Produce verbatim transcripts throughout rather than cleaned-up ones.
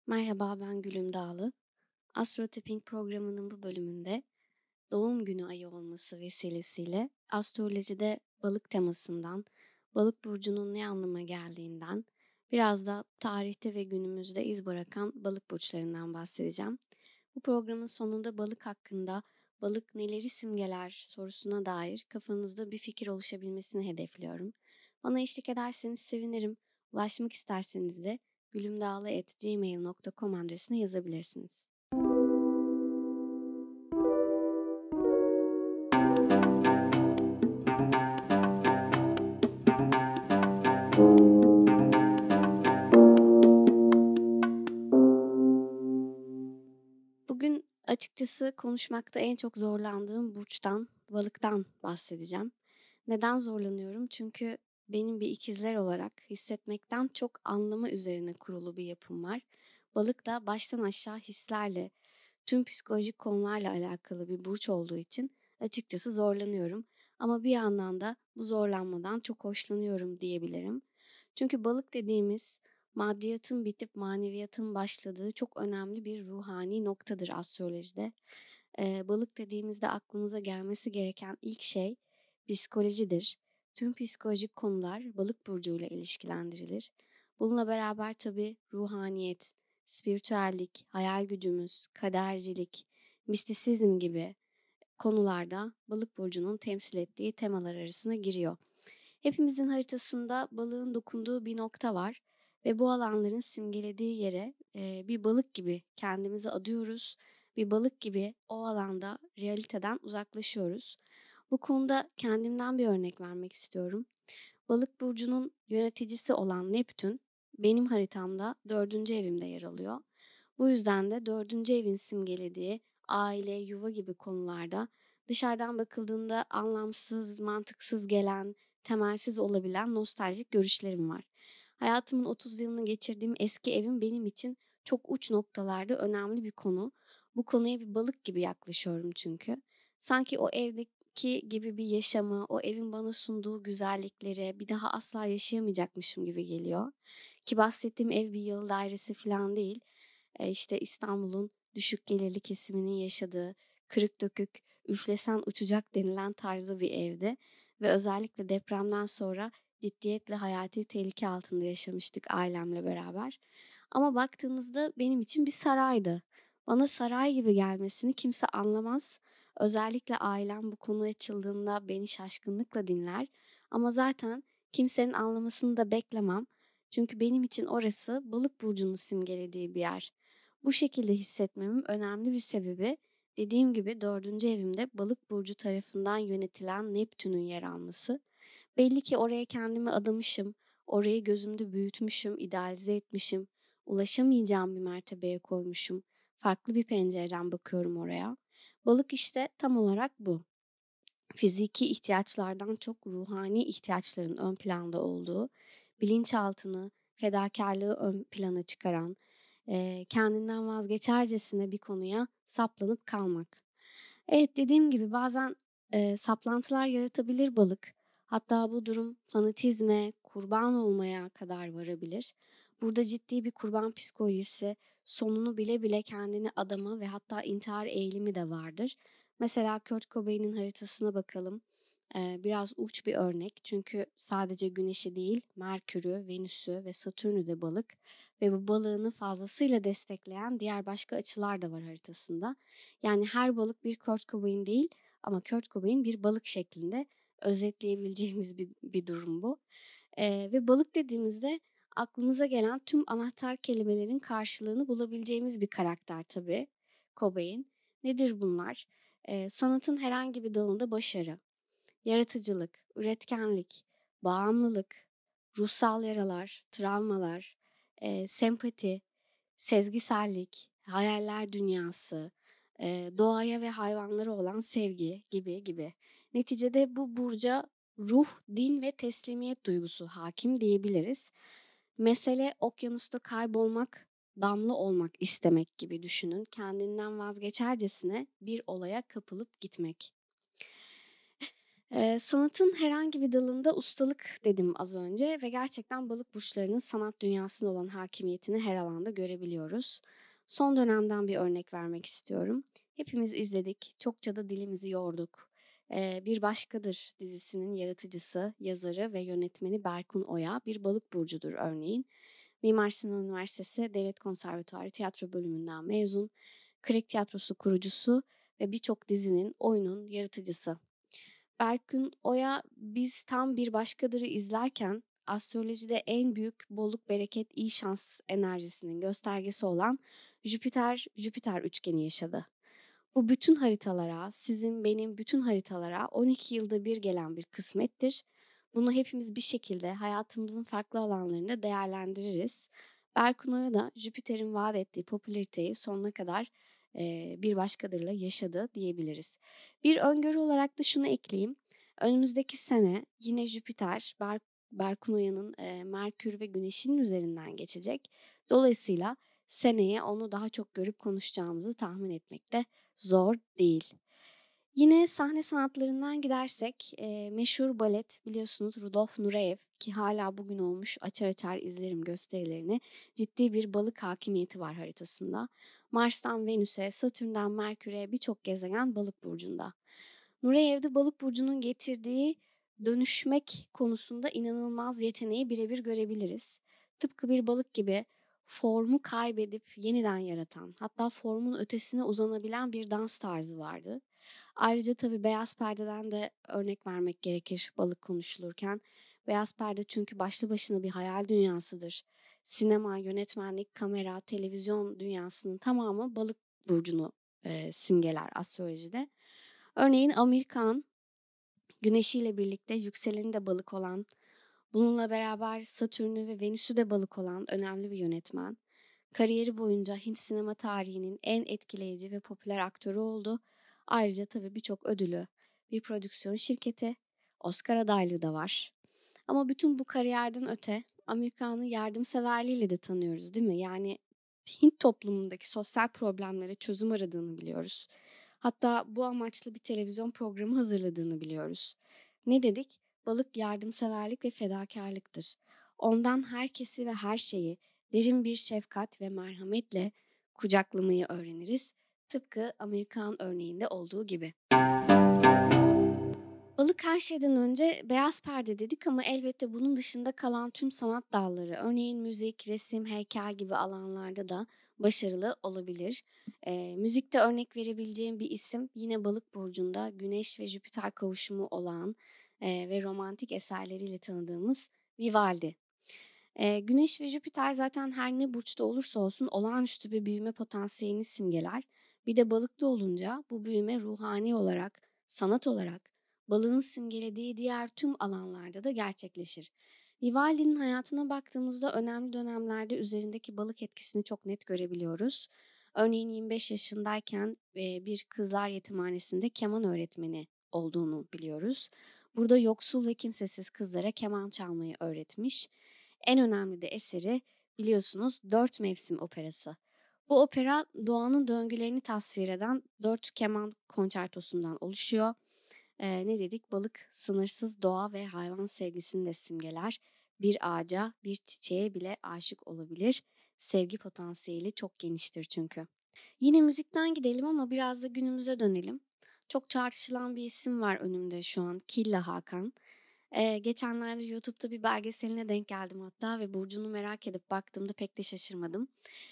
Merhaba, ben Gülüm Dağlı. Astro Tapping programının bu bölümünde doğum günü ayı olması vesilesiyle astrolojide balık temasından, balık burcunun ne anlama geldiğinden, biraz da tarihte ve günümüzde iz bırakan balık burçlarından bahsedeceğim. Bu programın sonunda balık hakkında balık neleri simgeler sorusuna dair kafanızda bir fikir oluşabilmesini hedefliyorum. Bana eşlik ederseniz sevinirim. Ulaşmak isterseniz de gülümdağlı at gmail nokta com adresine yazabilirsiniz. Bugün açıkçası konuşmakta en çok zorlandığım burçtan, balıktan bahsedeceğim. Neden zorlanıyorum? Çünkü benim bir ikizler olarak hissetmekten çok anlama üzerine kurulu bir yapım var. Balık da baştan aşağı hislerle, tüm psikolojik konularla alakalı bir burç olduğu için açıkçası zorlanıyorum. Ama bir yandan da bu zorlanmadan çok hoşlanıyorum diyebilirim. Çünkü balık dediğimiz maddiyatın bitip maneviyatın başladığı çok önemli bir ruhani noktadır astrolojide. Ee, balık dediğimizde aklımıza gelmesi gereken ilk şey psikolojidir. Tüm psikolojik konular balık burcuyla ilişkilendirilir. Bununla beraber tabii ruhaniyet, spiritüellik, hayal gücümüz, kadercilik, mistisizm gibi konularda balık burcunun temsil ettiği temalar arasına giriyor. Hepimizin haritasında balığın dokunduğu bir nokta var ve bu alanların simgelediği yere e, bir balık gibi kendimizi adıyoruz. Bir balık gibi o alanda realiteden uzaklaşıyoruz. Bu konuda kendimden bir örnek vermek istiyorum. Balık burcunun yöneticisi olan Neptün benim haritamda dördüncü evimde yer alıyor. Bu yüzden de dördüncü evin simgelediği aile, yuva gibi konularda dışarıdan bakıldığında anlamsız, mantıksız gelen, temelsiz olabilen nostaljik görüşlerim var. Hayatımın otuz yılını geçirdiğim eski evim benim için çok uç noktalarda önemli bir konu. Bu konuya bir balık gibi yaklaşıyorum çünkü. Sanki o evdeki gibi bir yaşamı, o evin bana sunduğu güzellikleri bir daha asla yaşayamayacakmışım gibi geliyor. Ki bahsettiğim ev bir yalı dairesi falan değil. E işte İstanbul'un düşük gelirli kesiminin yaşadığı, kırık dökük, üflesen uçacak denilen tarzda bir evdi. Ve özellikle depremden sonra ciddiyetle hayati tehlike altında yaşamıştık ailemle beraber. Ama baktığınızda benim için bir saraydı. Bana saray gibi gelmesini kimse anlamaz. Özellikle ailem bu konu açıldığında beni şaşkınlıkla dinler. Ama zaten kimsenin anlamasını da beklemem. Çünkü benim için orası balık burcunu simgelediği bir yer. Bu şekilde hissetmemin önemli bir sebebi dediğim gibi dördüncü evimde balık burcu tarafından yönetilen Neptün'ün yer alması. Belli ki oraya kendimi adamışım, orayı gözümde büyütmüşüm, idealize etmişim, ulaşamayacağım bir mertebeye koymuşum. Farklı bir pencereden bakıyorum oraya. Balık işte tam olarak bu. Fiziki ihtiyaçlardan çok ruhani ihtiyaçların ön planda olduğu, bilinçaltını, fedakarlığı ön plana çıkaran, e, kendinden vazgeçercesine bir konuya saplanıp kalmak. Evet, dediğim gibi bazen e, saplantılar yaratabilir balık. Hatta bu durum fanatizme, kurban olmaya kadar varabilir. Burada ciddi bir kurban psikolojisi, sonunu bile bile kendini adama ve hatta intihar eğilimi de vardır. Mesela Kurt Cobain'in haritasına bakalım. Ee, biraz uç bir örnek çünkü sadece Güneş'i değil, Merkür'ü, Venüs'ü ve Satürn'ü de balık ve bu balığını fazlasıyla destekleyen diğer başka açılar da var haritasında. Yani her balık bir Kurt Cobain değil ama Kurt Cobain bir balık şeklinde özetleyebileceğimiz bir, bir durum bu. Ee, ve balık dediğimizde aklımıza gelen tüm anahtar kelimelerin karşılığını bulabileceğimiz bir karakter tabii Cobain. Nedir bunlar? Ee, sanatın herhangi bir dalında başarı, yaratıcılık, üretkenlik, bağımlılık, ruhsal yaralar, travmalar, e, sempati, sezgisellik, hayaller dünyası, e, doğaya ve hayvanlara olan sevgi gibi gibi. Neticede bu burca ruh, din ve teslimiyet duygusu hakim diyebiliriz. Mesele okyanusta kaybolmak, damla olmak istemek gibi düşünün. Kendinden vazgeçercesine bir olaya kapılıp gitmek. Ee, sanatın herhangi bir dalında ustalık dedim az önce ve gerçekten balık burçlarının sanat dünyasında olan hakimiyetini her alanda görebiliyoruz. Son dönemden bir örnek vermek istiyorum. Hepimiz izledik, çokça da dilimizi yorduk. Ee, Bir Başkadır dizisinin yaratıcısı, yazarı ve yönetmeni Berkun Oya bir balık burcudur örneğin. Mimar Sinan Üniversitesi Devlet Konservatuarı Tiyatro Bölümünden mezun, Krek Tiyatrosu kurucusu ve birçok dizinin, oyunun yaratıcısı. Berkun Oya biz tam Bir Başkadır'ı izlerken astrolojide en büyük bolluk, bereket, iyi şans enerjisinin göstergesi olan Jüpiter-Jüpiter üçgeni yaşadı. Bu bütün haritalara, sizin benim bütün haritalara on iki yılda bir gelen bir kısmettir. Bunu hepimiz bir şekilde hayatımızın farklı alanlarında değerlendiririz. Berkun Oya da Jüpiter'in vaat ettiği popülariteyi sonuna kadar e, Bir Başkadır'la yaşadı diyebiliriz. Bir öngörü olarak da şunu ekleyeyim. Önümüzdeki sene yine Jüpiter, Ber Berkun Oya'nın e, Merkür ve Güneş'in üzerinden geçecek. Dolayısıyla seneye onu daha çok görüp konuşacağımızı tahmin etmekte zor değil. Yine sahne sanatlarından gidersek e, meşhur balet biliyorsunuz Rudolf Nureyev ki hala bugün olmuş açar açar izlerim gösterilerini, ciddi bir balık hakimiyeti var haritasında. Mars'tan Venüs'e, Satürn'den Merkür'e birçok gezegen balık burcunda. Nureyev'de balık burcunun getirdiği dönüşmek konusunda inanılmaz yeteneği birebir görebiliriz. Tıpkı bir balık gibi formu kaybedip yeniden yaratan, hatta formun ötesine uzanabilen bir dans tarzı vardı. Ayrıca tabii Beyaz Perde'den de örnek vermek gerekir balık konuşulurken. Beyaz Perde çünkü başlı başına bir hayal dünyasıdır. Sinema, yönetmenlik, kamera, televizyon dünyasının tamamı balık burcunu e, simgeler astrolojide. Örneğin Amerikan, Güneşiyle birlikte yükseleni de balık olan, bununla beraber Satürn'ü ve Venüs'ü de balık olan önemli bir yönetmen. Kariyeri boyunca Hint sinema tarihinin en etkileyici ve popüler aktörü oldu. Ayrıca tabii birçok ödülü, bir prodüksiyon şirketi, Oscar adaylığı da var. Ama bütün bu kariyerden öte Amerikan'ı yardımseverliğiyle de tanıyoruz değil mi? Yani Hint toplumundaki sosyal problemlere çözüm aradığını biliyoruz. Hatta bu amaçlı bir televizyon programı hazırladığını biliyoruz. Ne dedik? Balık yardımseverlik ve fedakarlıktır. Ondan herkesi ve her şeyi derin bir şefkat ve merhametle kucaklamayı öğreniriz. Tıpkı Amerikan örneğinde olduğu gibi. Balık her şeyden önce beyaz perde dedik ama elbette bunun dışında kalan tüm sanat dalları, örneğin müzik, resim, heykel gibi alanlarda da başarılı olabilir. E, müzikte örnek verebileceğim bir isim yine Balık burcunda Güneş ve Jüpiter kavuşumu olan e, ve romantik eserleriyle tanıdığımız Vivaldi. E, Güneş ve Jüpiter zaten her ne burçta olursa olsun olağanüstü bir büyüme potansiyelini simgeler. Bir de balıkta olunca bu büyüme ruhani olarak, sanat olarak, balığın simgelediği diğer tüm alanlarda da gerçekleşir. Vivaldi'nin hayatına baktığımızda önemli dönemlerde üzerindeki balık etkisini çok net görebiliyoruz. Örneğin yirmi beş yaşındayken bir kızlar yetimhanesinde keman öğretmeni olduğunu biliyoruz. Burada yoksul ve kimsesiz kızlara keman çalmayı öğretmiş. En önemli de eseri biliyorsunuz Dört Mevsim Operası. Bu opera doğanın döngülerini tasvir eden dört keman konçertosundan oluşuyor. Ee, ne dedik? Balık sınırsız doğa ve hayvan sevgisini de simgeler. Bir ağaca, bir çiçeğe bile aşık olabilir. Sevgi potansiyeli çok geniştir çünkü. Yine müzikten gidelim ama biraz da günümüze dönelim. Çok tartışılan bir isim var önümde şu an. Killa Hakan. Ee, geçenlerde YouTube'da bir belgeseline denk geldim hatta ve burcunu merak edip baktığımda pek de şaşırmadım.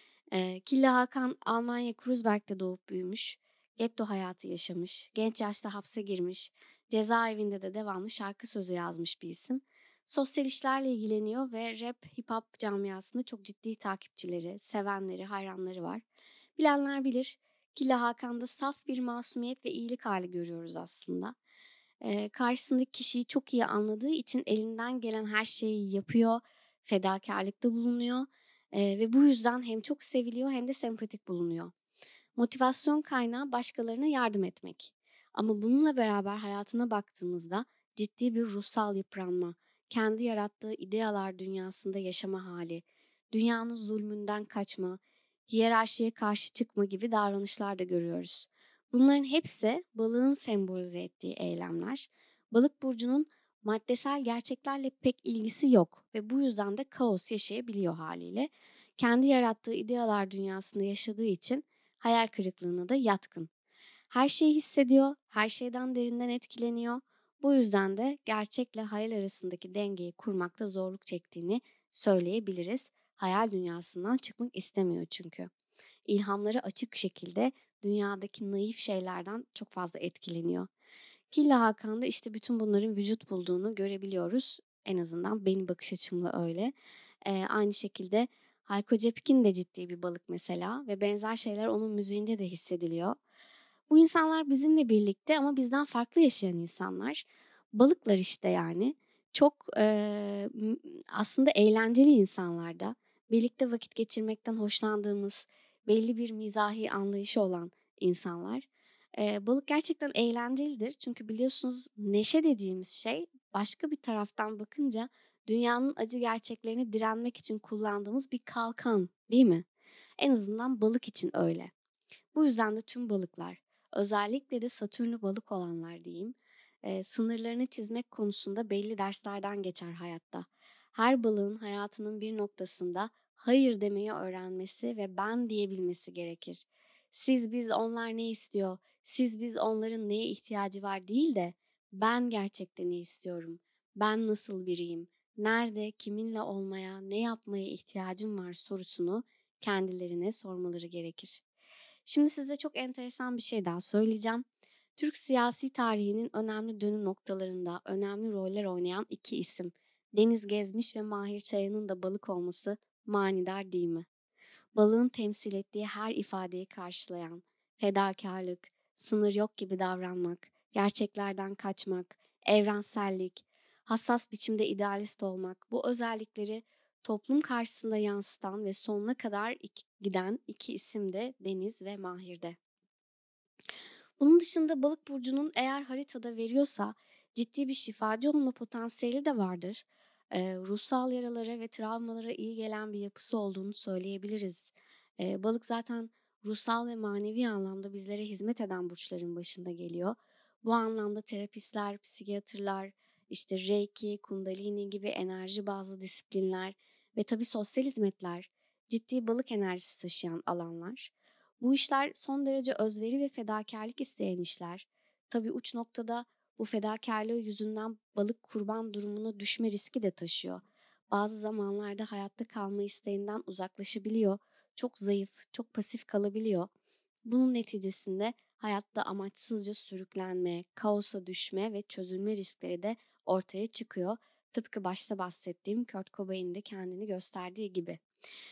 Ee, Killa Hakan Almanya Kreuzberg'de doğup büyümüş. Getto hayatı yaşamış. Genç yaşta hapse girmiş. Cezaevinde de devamlı şarkı sözü yazmış bir isim. Sosyal işlerle ilgileniyor ve rap, hip hop camiasında çok ciddi takipçileri, sevenleri, hayranları var. Bilenler bilir. Killa Hakan'da saf bir masumiyet ve iyilik hali görüyoruz aslında. Ee, karşısındaki kişiyi çok iyi anladığı için elinden gelen her şeyi yapıyor, fedakarlıkta bulunuyor ee, ve bu yüzden hem çok seviliyor hem de sempatik bulunuyor. Motivasyon kaynağı başkalarına yardım etmek. Ama bununla beraber hayatına baktığımızda ciddi bir ruhsal yıpranma, kendi yarattığı idealar dünyasında yaşama hali, dünyanın zulmünden kaçma, hiyerarşiye karşı çıkma gibi davranışlar da görüyoruz. Bunların hepsi balığın sembolize ettiği eylemler. Balık burcunun maddesel gerçeklerle pek ilgisi yok ve bu yüzden de kaos yaşayabiliyor haliyle. Kendi yarattığı idealar dünyasında yaşadığı için hayal kırıklığına da yatkın. Her şeyi hissediyor, her şeyden derinden etkileniyor. Bu yüzden de gerçekle hayal arasındaki dengeyi kurmakta zorluk çektiğini söyleyebiliriz. Hayal dünyasından çıkmak istemiyor çünkü. İlhamları açık şekilde dünyadaki naif şeylerden çok fazla etkileniyor. Killa Hakan'da işte bütün bunların vücut bulduğunu görebiliyoruz. En azından benim bakış açımla öyle. Ee, aynı şekilde Hayko Cepkin de ciddi bir balık mesela ve benzer şeyler onun müziğinde de hissediliyor. Bu insanlar bizimle birlikte ama bizden farklı yaşayan insanlar. Balıklar işte yani. Çok e, aslında eğlenceli insanlar da. Birlikte vakit geçirmekten hoşlandığımız, belli bir mizahi anlayışı olan insanlar. E, balık gerçekten eğlencelidir. Çünkü biliyorsunuz neşe dediğimiz şey başka bir taraftan bakınca dünyanın acı gerçeklerini direnmek için kullandığımız bir kalkan, değil mi? En azından balık için öyle. Bu yüzden de tüm balıklar, özellikle de Satürn'ü balık olanlar diyeyim, e, sınırlarını çizmek konusunda belli derslerden geçer hayatta. Her balığın hayatının bir noktasında hayır demeyi öğrenmesi ve ben diyebilmesi gerekir. Siz biz onlar ne istiyor, siz biz onların neye ihtiyacı var değil de ben gerçekten ne istiyorum, ben nasıl biriyim, nerede, kiminle olmaya, ne yapmaya ihtiyacım var sorusunu kendilerine sormaları gerekir. Şimdi size çok enteresan bir şey daha söyleyeceğim. Türk siyasi tarihinin önemli dönüm noktalarında önemli roller oynayan iki isim. Deniz Gezmiş ve Mahir Çayan'ın da balık olması manidar değil mi? Balığın temsil ettiği her ifadeyi karşılayan, fedakarlık, sınır yok gibi davranmak, gerçeklerden kaçmak, evrensellik, hassas biçimde idealist olmak, bu özellikleri toplum karşısında yansıtan ve sonuna kadar iki, giden iki isim de Deniz ve Mahir'de. Bunun dışında balık burcunun eğer haritada veriyorsa ciddi bir şifacı olma potansiyeli de vardır. Ee, ruhsal yaralara ve travmalara iyi gelen bir yapısı olduğunu söyleyebiliriz. Ee, balık zaten ruhsal ve manevi anlamda bizlere hizmet eden burçların başında geliyor. Bu anlamda terapistler, psikiyatrlar, işte Reiki, Kundalini gibi enerji bazlı disiplinler ve tabii sosyal hizmetler ciddi balık enerjisi taşıyan alanlar. Bu işler son derece özveri ve fedakarlık isteyen işler. Tabii uç noktada bu fedakarlığı yüzünden balık kurban durumuna düşme riski de taşıyor. Bazı zamanlarda hayatta kalma isteğinden uzaklaşabiliyor, çok zayıf, çok pasif kalabiliyor. Bunun neticesinde hayatta amaçsızca sürüklenme, kaosa düşme ve çözülme riskleri de ortaya çıkıyor. Tıpkı başta bahsettiğim Kurt Cobain'in de kendini gösterdiği gibi.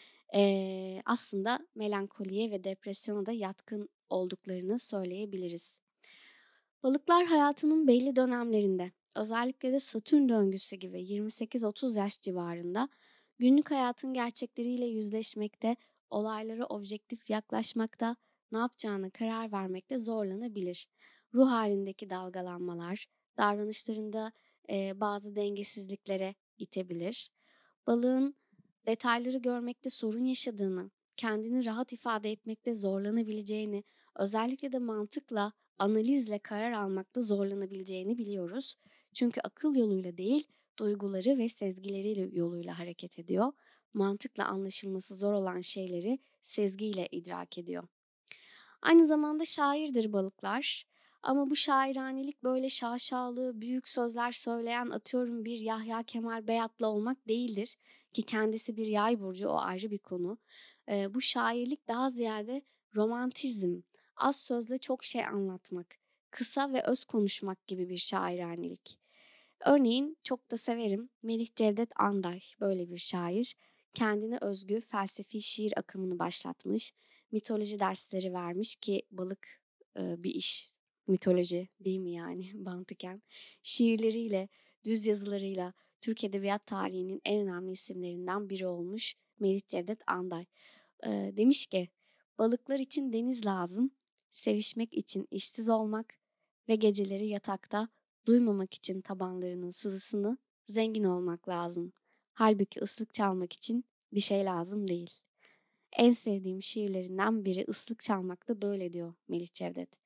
Ee, aslında melankoliye ve depresyona da yatkın olduklarını söyleyebiliriz. Balıklar hayatının belli dönemlerinde, özellikle de Satürn döngüsü gibi yirmi sekiz otuz yaş civarında günlük hayatın gerçekleriyle yüzleşmekte, olaylara objektif yaklaşmakta, ne yapacağına karar vermekte zorlanabilir. Ruh halindeki dalgalanmalar, davranışlarında e, bazı dengesizliklere itebilir. Balığın detayları görmekte sorun yaşadığını, kendini rahat ifade etmekte zorlanabileceğini, özellikle de mantıkla, analizle karar almakta zorlanabileceğini biliyoruz. Çünkü akıl yoluyla değil, duyguları ve sezgileriyle yoluyla hareket ediyor. Mantıkla anlaşılması zor olan şeyleri sezgiyle idrak ediyor. Aynı zamanda şairdir balıklar. Ama bu şairanelik böyle şaşalı, büyük sözler söyleyen atıyorum bir Yahya Kemal Beyatlı olmak değildir. Ki kendisi bir yay burcu, o ayrı bir konu. Ee, bu şairlik daha ziyade romantizm, az sözle çok şey anlatmak, kısa ve öz konuşmak gibi bir şairanelik. Örneğin çok da severim Melih Cevdet Anday, böyle bir şair. Kendine özgü felsefi şiir akımını başlatmış, mitoloji dersleri vermiş ki balık e, bir iş, mitoloji değil mi yani mantıken. Şiirleriyle, düz yazılarıyla Türk Edebiyat tarihinin en önemli isimlerinden biri olmuş Melih Cevdet Anday. E, demiş ki, balıklar için deniz lazım, sevişmek için işsiz olmak ve geceleri yatakta duymamak için tabanlarının sızısını zengin olmak lazım. Halbuki ıslık çalmak için bir şey lazım değil. En sevdiğim şiirlerinden biri ıslık çalmak da böyle diyor Melih Cevdet.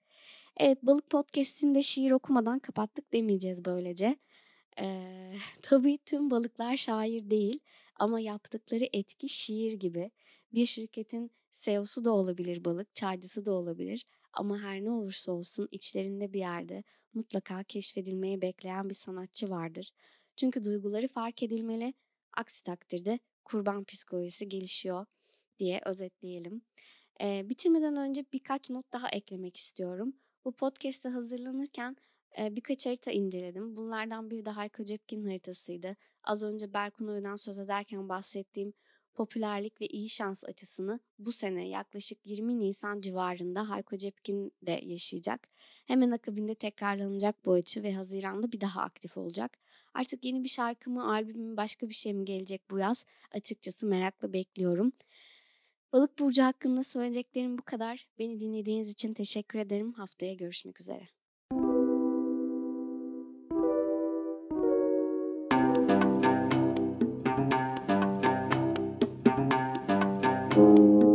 Evet, Balık Podcast'ini de şiir okumadan kapattık demeyeceğiz böylece. Ee, tabii tüm balıklar şair değil ama yaptıkları etki şiir gibi. Bir şirketin C E O'su da olabilir balık, çaycısı da olabilir. Ama her ne olursa olsun içlerinde bir yerde mutlaka keşfedilmeyi bekleyen bir sanatçı vardır. Çünkü duyguları fark edilmeli, aksi takdirde kurban psikolojisi gelişiyor diye özetleyelim. Ee, bitirmeden önce birkaç not daha eklemek istiyorum. Bu podcast'e hazırlanırken e, birkaç harita inceledim. Bunlardan biri de Hayko Cepkin haritasıydı. Az önce Berkun Oya'dan söz ederken bahsettiğim popülerlik ve iyi şans açısını bu sene yaklaşık yirmi Nisan civarında Hayko Cepkin de yaşayacak. Hemen akabinde tekrarlanacak bu açı ve Haziran'da bir daha aktif olacak. Artık yeni bir şarkı mı, albüm mü, başka bir şey mi gelecek bu yaz? Açıkçası merakla bekliyorum. Balık burcu hakkında söyleyeceklerim bu kadar. Beni dinlediğiniz için teşekkür ederim. Haftaya görüşmek üzere. Thank you.